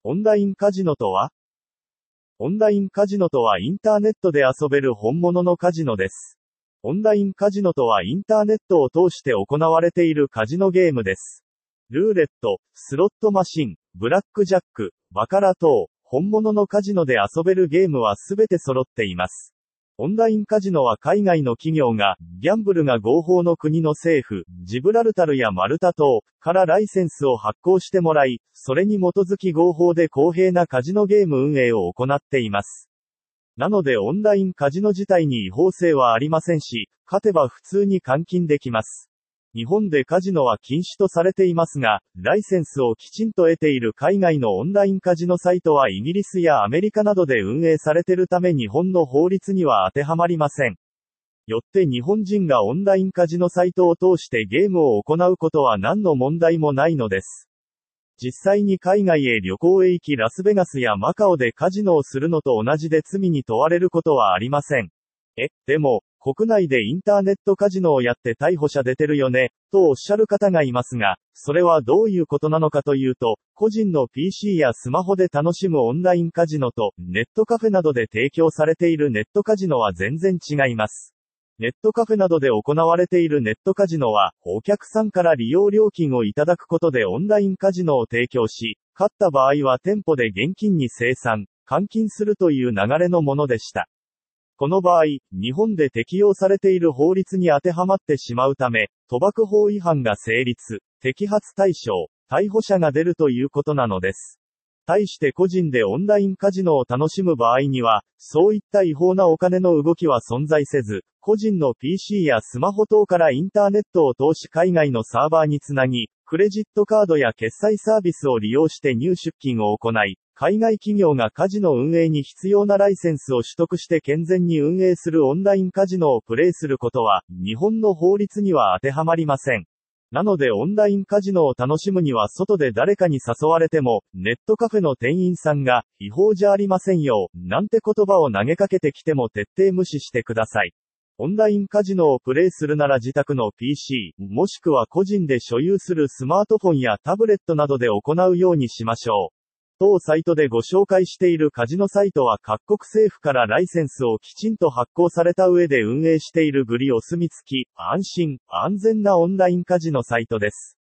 オンラインカジノとは？オンラインカジノとはインターネットで遊べる本物のカジノです。オンラインカジノとはインターネットを通して行われているカジノゲームです。ルーレット、スロットマシン、ブラックジャック、バカラ等、本物のカジノで遊べるゲームはすべて揃っています。オンラインカジノは海外の企業が、ギャンブルが合法の国の政府、ジブラルタルやマルタ島からライセンスを発行してもらい、それに基づき合法で公平なカジノゲーム運営を行っています。なのでオンラインカジノ自体に違法性はありませんし、勝てば普通に換金できます。日本でカジノは禁止とされていますが、ライセンスをきちんと得ている海外のオンラインカジノサイトはイギリスやアメリカなどで運営されているため日本の法律には当てはまりません。よって日本人がオンラインカジノサイトを通してゲームを行うことは何の問題もないのです。実際に海外へ旅行へ行きラスベガスやマカオでカジノをするのと同じで罪に問われることはありません。でも、国内でインターネットカジノをやって逮捕者出てるよね、とおっしゃる方がいますが、それはどういうことなのかというと、個人の PC やスマホで楽しむオンラインカジノと、ネットカフェなどで提供されているネットカジノは全然違います。ネットカフェなどで行われているネットカジノは、お客さんから利用料金をいただくことでオンラインカジノを提供し、勝った場合は店舗で現金に清算、換金するという流れのものでした。この場合、日本で適用されている法律に当てはまってしまうため、賭博法違反が成立、摘発対象、逮捕者が出るということなのです。対して個人でオンラインカジノを楽しむ場合には、そういった違法なお金の動きは存在せず、個人の PC やスマホ等からインターネットを通し海外のサーバーにつなぎ、クレジットカードや決済サービスを利用して入出金を行い、海外企業がカジノ運営に必要なライセンスを取得して健全に運営するオンラインカジノをプレイすることは、日本の法律には当てはまりません。なのでオンラインカジノを楽しむには外で誰かに誘われても、ネットカフェの店員さんが、違法じゃありませんよ、なんて言葉を投げかけてきても徹底無視してください。オンラインカジノをプレイするなら自宅の PC、もしくは個人で所有するスマートフォンやタブレットなどで行うようにしましょう。当サイトでご紹介しているカジノサイトは各国政府からライセンスをきちんと発行された上で運営しているお墨付き、安心、安全なオンラインカジノサイトです。